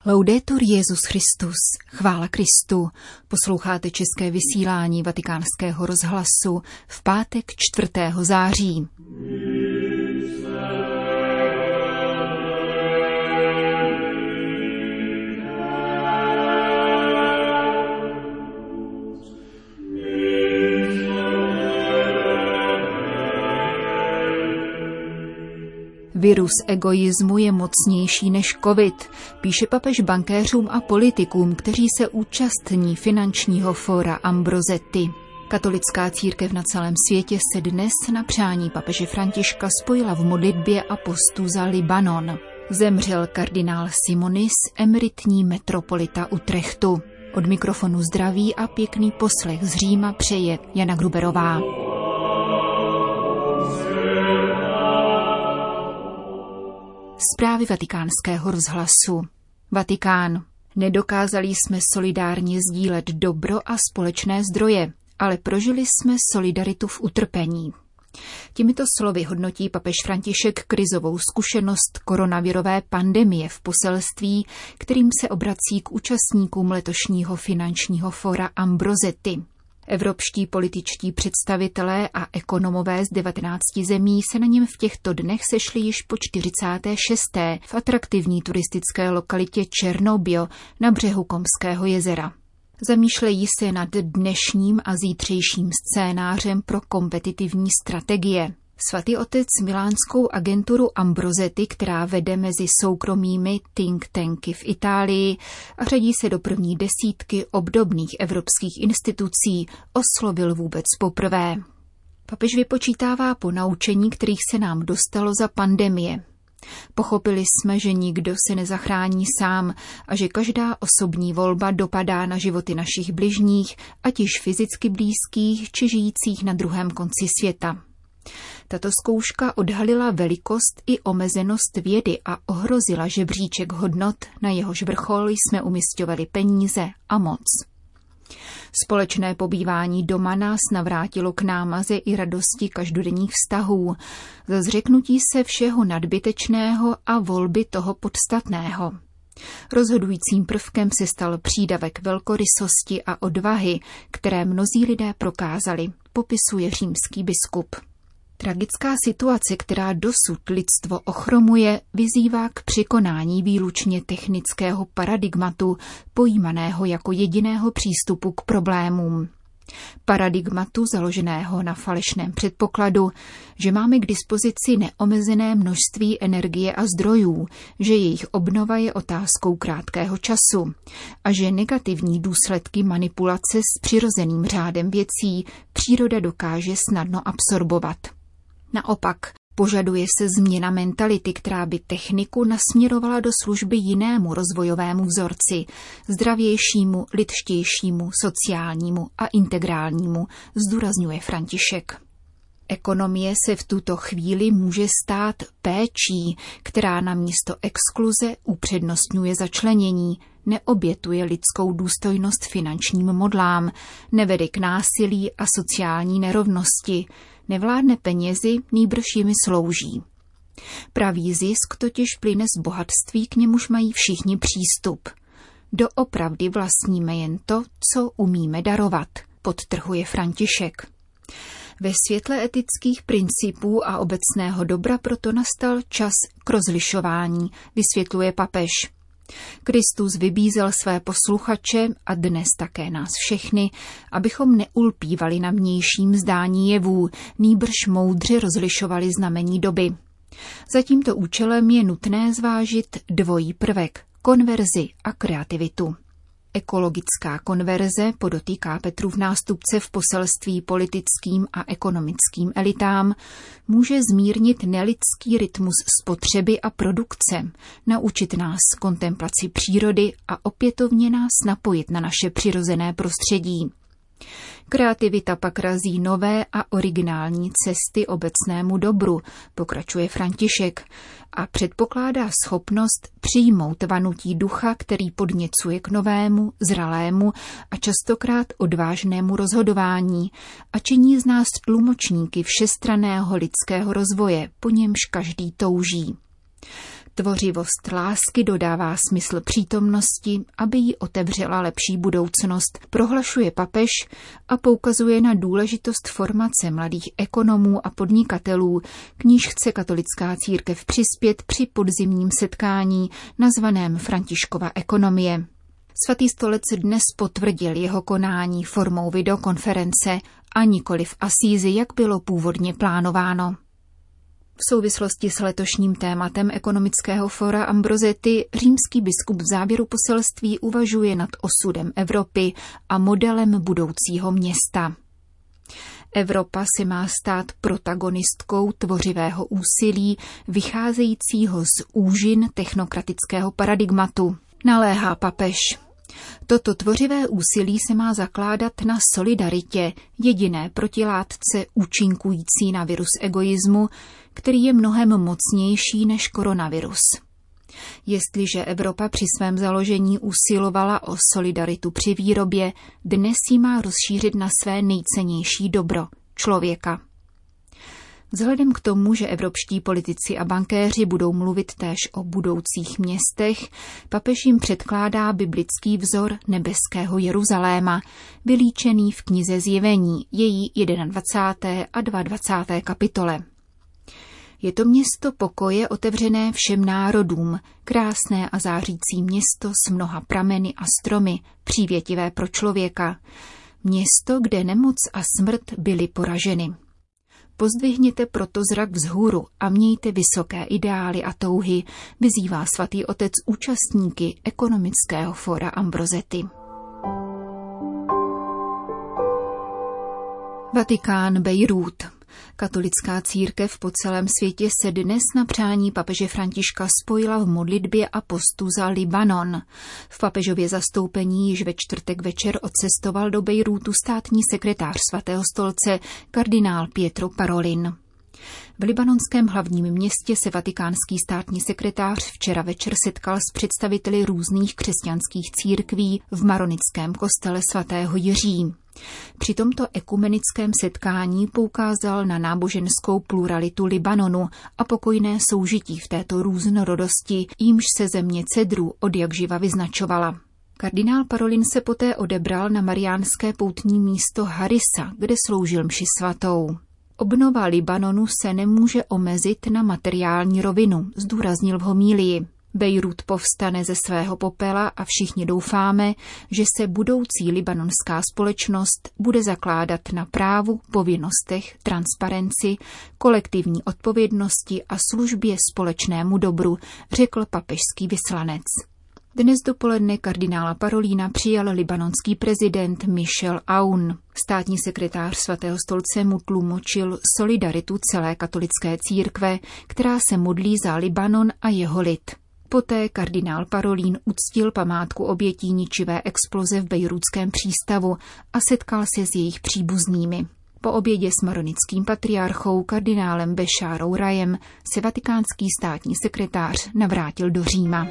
Laudetur Jesus Christus, chvála Kristu. Posloucháte české vysílání Vatikánského rozhlasu v pátek 4. září. Virus egoismu je mocnější než covid, píše papež bankéřům a politikům, kteří se účastní finančního fóra Ambrosetti. Katolická církev na celém světě se dnes na přání papeže Františka spojila v modlitbě a postu za Libanon. Zemřel kardinál Simonis, emeritní metropolita Utrechtu. Od mikrofonu zdraví a pěkný poslech z Říma přeje Jana Gruberová. Zprávy Vatikánského rozhlasu. Vatikán. Nedokázali jsme solidárně sdílet dobro a společné zdroje, ale prožili jsme solidaritu v utrpení. Těmito slovy hodnotí papež František krizovou zkušenost koronavirové pandemie v poselství, kterým se obrací k účastníkům letošního finančního fóra Ambrosetti. Evropští političtí představitelé a ekonomové z 19 zemí se na něm v těchto dnech sešli již po 46. v atraktivní turistické lokalitě Černobio na břehu Komského jezera. Zamýšlejí se nad dnešním a zítřejším scénářem pro kompetitivní strategie. Svatý otec milánskou agenturu Ambrosetti, která vede mezi soukromými think tanky v Itálii a řadí se do první desítky obdobných evropských institucí, oslovil vůbec poprvé. Papež vypočítává ponaučení, kterých se nám dostalo za pandemie. Pochopili jsme, že nikdo se nezachrání sám a že každá osobní volba dopadá na životy našich bližních, ať již fyzicky blízkých či žijících na druhém konci světa. Tato zkouška odhalila velikost i omezenost vědy a ohrozila žebříček hodnot, na jehož vrchol jsme umisťovali peníze a moc. Společné pobývání doma nás navrátilo k námaze i radosti každodenních vztahů, za zřeknutí se všeho nadbytečného a volby toho podstatného. Rozhodujícím prvkem se stal přídavek velkorysosti a odvahy, které mnozí lidé prokázali, popisuje římský biskup. Tragická situace, která dosud lidstvo ochromuje, vyzývá k překonání výlučně technického paradigmatu, pojímaného jako jediného přístupu k problémům. Paradigmatu založeného na falešném předpokladu, že máme k dispozici neomezené množství energie a zdrojů, že jejich obnova je otázkou krátkého času a že negativní důsledky manipulace s přirozeným řádem věcí příroda dokáže snadno absorbovat. Naopak, požaduje se změna mentality, která by techniku nasměrovala do služby jinému rozvojovému vzorci, zdravějšímu, lidštějšímu, sociálnímu a integrálnímu, zdůrazňuje František. Ekonomie se v tuto chvíli může stát péčí, která namísto exkluze upřednostňuje začlenění, neobětuje lidskou důstojnost finančním modlám, nevede k násilí a sociální nerovnosti, nevládne penězi, nýbrž jimi slouží. Pravý zisk totiž plyne z bohatství, k němuž mají všichni přístup. Doopravdy vlastníme jen to, co umíme darovat, podtrhuje František. Ve světle etických principů a obecného dobra proto nastal čas k rozlišování, vysvětluje papež. Kristus vybízel své posluchače a dnes také nás všechny, abychom neulpívali na vnějším zdání jevů, nýbrž moudře rozlišovali znamení doby. Za tímto účelem je nutné zvážit dvojí prvek – konverzi a kreativitu. Ekologická konverze, podotýká Petrův nástupce v poselství politickým a ekonomickým elitám, může zmírnit nelidský rytmus spotřeby a produkce, naučit nás kontemplaci přírody a opětovně nás napojit na naše přirozené prostředí. Kreativita pak razí nové a originální cesty obecnému dobru, pokračuje František, a předpokládá schopnost přijmout vanutí ducha, který podněcuje k novému, zralému a častokrát odvážnému rozhodování a činí z nás tlumočníky všestranného lidského rozvoje, po němž každý touží. Tvořivost lásky dodává smysl přítomnosti, aby jí otevřela lepší budoucnost, prohlašuje papež a poukazuje na důležitost formace mladých ekonomů a podnikatelů, k níž chce katolická církev přispět při podzimním setkání nazvaném Františkova ekonomie. Svatý stolec dnes potvrdil jeho konání formou videokonference a nikoli v Asízi, jak bylo původně plánováno. V souvislosti s letošním tématem ekonomického fóra Ambrosetti římský biskup v závěru poselství uvažuje nad osudem Evropy a modelem budoucího města. Evropa si má stát protagonistkou tvořivého úsilí vycházejícího z úžin technokratického paradigmatu, naléhá papež. Toto tvořivé úsilí se má zakládat na solidaritě, jediné protilátce účinkující na virus egoismu, který je mnohem mocnější než koronavirus. Jestliže Evropa při svém založení usilovala o solidaritu při výrobě, dnes ji má rozšířit na své nejcennější dobro – člověka. Vzhledem k tomu, že evropští politici a bankéři budou mluvit též o budoucích městech, papež jim předkládá biblický vzor nebeského Jeruzaléma, vylíčený v knize Zjevení, její 21. a 22. kapitole. Je to město pokoje otevřené všem národům, krásné a zářící město s mnoha prameny a stromy, přívětivé pro člověka. Město, kde nemoc a smrt byly poraženy. Pozdvihněte proto zrak vzhůru a mějte vysoké ideály a touhy, vyzývá svatý otec účastníky ekonomického fóra Ambrosetti. Vatikán, Bejrút. Katolická církev po celém světě se dnes na přání papeže Františka spojila v modlitbě a postu za Libanon. V papežově zastoupení již ve čtvrtek večer odcestoval do Bejrútu státní sekretář Svatého stolce kardinál Pietro Parolin. V libanonském hlavním městě se vatikánský státní sekretář včera večer setkal s představiteli různých křesťanských církví v maronickém kostele svatého Jiří. Při tomto ekumenickém setkání poukázal na náboženskou pluralitu Libanonu a pokojné soužití v této různorodosti, jímž se země cedrů odjakživa vyznačovala. Kardinál Parolin se poté odebral na mariánské poutní místo Harissa, kde sloužil mši svatou. Obnova Libanonu se nemůže omezit na materiální rovinu, zdůraznil v homílii. Bejrút povstane ze svého popela a všichni doufáme, že se budoucí libanonská společnost bude zakládat na právu, povinnostech, transparenci, kolektivní odpovědnosti a službě společnému dobru, řekl papežský vyslanec. Dnes dopoledne kardinála Parolína přijal libanonský prezident Michel Aoun. Státní sekretář Svatého stolce mu tlumočil solidaritu celé katolické církve, která se modlí za Libanon a jeho lid. Poté kardinál Parolín uctil památku obětí ničivé exploze v bejrútském přístavu a setkal se s jejich příbuznými. Po obědě s maronickým patriarchou kardinálem Bešárou Rajem se vatikánský státní sekretář navrátil do Říma.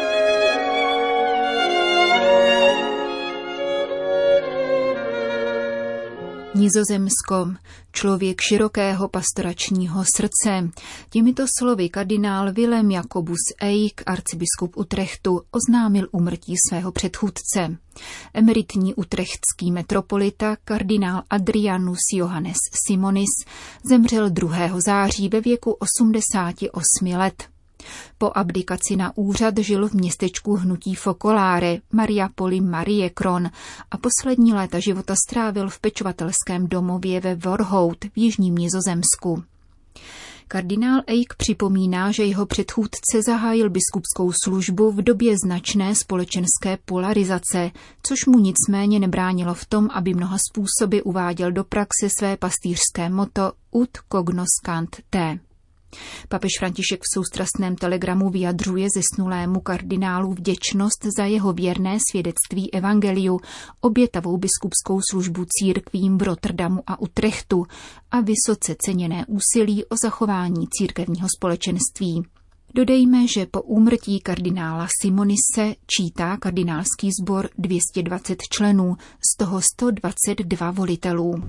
Nizozemsko, člověk širokého pastoračního srdce. Těmito slovy kardinál Willem Jacobus Eijk, arcibiskup Utrechtu, oznámil úmrtí svého předchůdce. Emeritní utrechtský metropolita kardinál Adrianus Johannes Simonis zemřel 2. září ve věku 88 let. Po abdikaci na úřad žil v městečku hnutí Focolare, Mariapoli Marie Kron a poslední léta života strávil v pečovatelském domově ve Vorhout v jižním Nizozemsku. Kardinál Eijk připomíná, že jeho předchůdce zahájil biskupskou službu v době značné společenské polarizace, což mu nicméně nebránilo v tom, aby mnoha způsoby uváděl do praxe své pastýřské motto Ut cognoscant te. Papež František v soustrastném telegramu vyjadřuje zesnulému kardinálu vděčnost za jeho věrné svědectví evangeliu, obětavou biskupskou službu církvím v Rotterdamu a Utrechtu a vysoce ceněné úsilí o zachování církevního společenství. Dodejme, že po úmrtí kardinála Simonise čítá kardinálský sbor 220 členů, z toho 122 volitelů.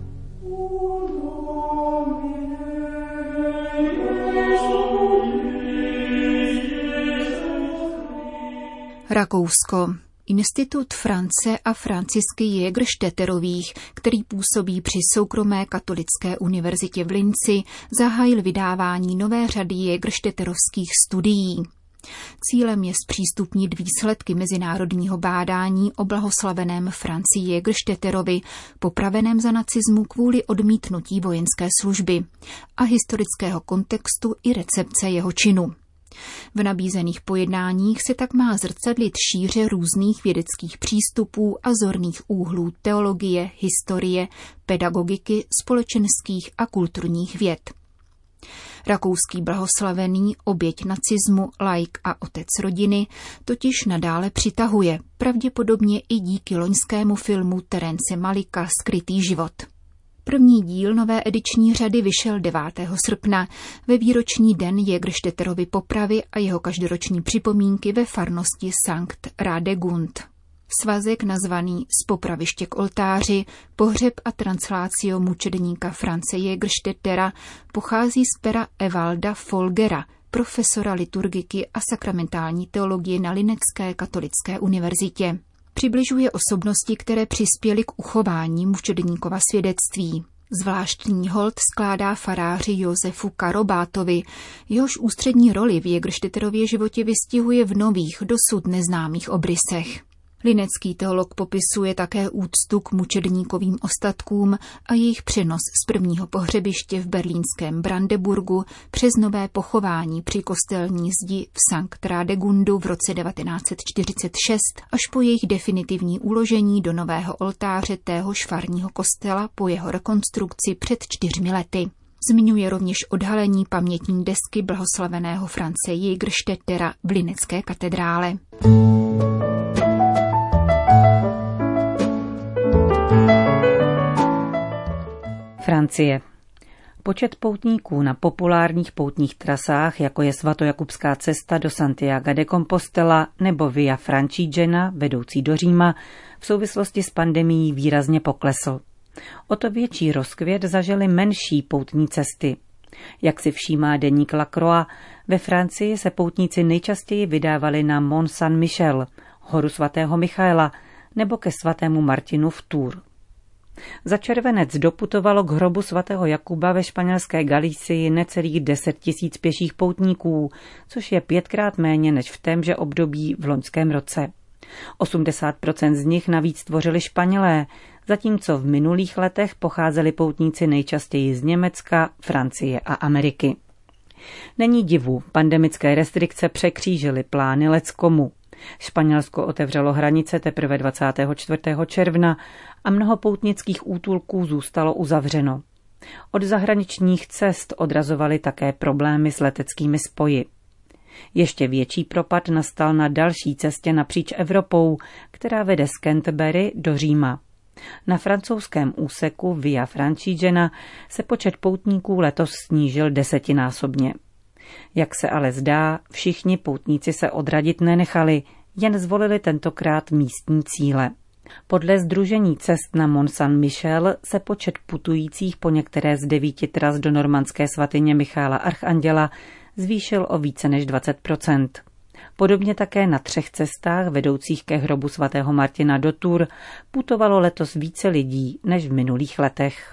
Rakousko. Institut France a Francisky Jägerstätterových, který působí při soukromé katolické univerzitě v Linci, zahájil vydávání nové řady Jägerstätterovských studií. Cílem je zpřístupnit výsledky mezinárodního bádání o blahoslaveném Franci Jägerstätterovi, popraveném za nacismu kvůli odmítnutí vojenské služby, a historického kontextu i recepce jeho činu. V nabízených pojednáních se tak má zrcadlit šíře různých vědeckých přístupů a zorných úhlů teologie, historie, pedagogiky, společenských a kulturních věd. Rakouský blahoslavený, oběť nacismu, laik a otec rodiny, totiž nadále přitahuje, pravděpodobně i díky loňskému filmu Terence Malicka Skrytý život. První díl nové ediční řady vyšel 9. srpna ve výroční den Jägerstätterovy popravy a jeho každoroční připomínky ve farnosti Sankt Radegund. Svazek nazvaný Z popraviště k oltáři, pohřeb a translácio mučedníka France Jägerstättera pochází z pera Evalda Folgera, profesora liturgiky a sakramentální teologie na Linecké katolické univerzitě. Přibližuje osobnosti, které přispěly k uchování mučedníkova svědectví. Zvláštní hold skládá faráři Josefu Karobátovi, jehož ústřední roli v Jägerstätterově životě vystihuje v nových, dosud neznámých obrysech. Linecký teolog popisuje také úctu k mučedníkovým ostatkům a jejich přenos z prvního pohřebiště v berlínském Brandeburgu přes nové pochování při kostelní zdi v Sankt Radegundu v roce 1946 až po jejich definitivní uložení do nového oltáře téhož farního kostela po jeho rekonstrukci před 4 lety. Zmiňuje rovněž odhalení pamětní desky blahoslaveného France Jägerstättera v Linecké katedrále. Francie. Počet poutníků na populárních poutních trasách, jako je svatojakubská cesta do Santiaga de Compostela nebo Via Francigena, vedoucí do Říma, v souvislosti s pandemií výrazně poklesl. O to větší rozkvět zažily menší poutní cesty. Jak si všímá deník La Croix, ve Francii se poutníci nejčastěji vydávali na Mont Saint-Michel, horu svatého Michaela, nebo ke svatému Martinu v Tours. Za červenec doputovalo k hrobu svatého Jakuba ve španělské Galicii necelých 10 000 pěších poutníků, což je 5krát méně než v témže období v loňském roce. 80% z nich navíc tvořili Španělé, zatímco v minulých letech pocházeli poutníci nejčastěji z Německa, Francie a Ameriky. Není divu, pandemické restrikce překřížily plány leckomu. Španělsko otevřelo hranice teprve 24. června a mnoho poutnických útulků zůstalo uzavřeno. Od zahraničních cest odrazovaly také problémy s leteckými spoji. Ještě větší propad nastal na další cestě napříč Evropou, která vede z Canterbury do Říma. Na francouzském úseku Via Francigena se počet poutníků letos snížil 10násobně. Jak se ale zdá, všichni poutníci se odradit nenechali, jen zvolili tentokrát místní cíle. Podle Sdružení cest na Mont Saint-Michel se počet putujících po některé z 9 tras do normandské svatyně Michaela Archanděla zvýšil o více než 20%. Podobně také na 3 cestách vedoucích ke hrobu svatého Martina do Tours putovalo letos více lidí než v minulých letech.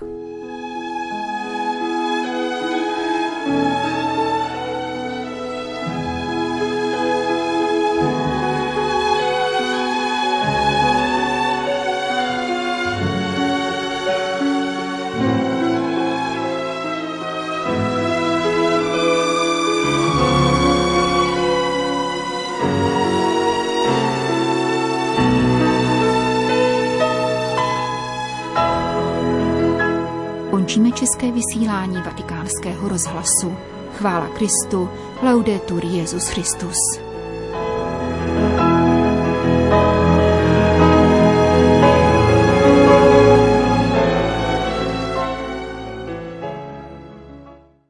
Končíme české vysílání Vatikánského rozhlasu. Chvála Kristu, laudetur Jesus Christus.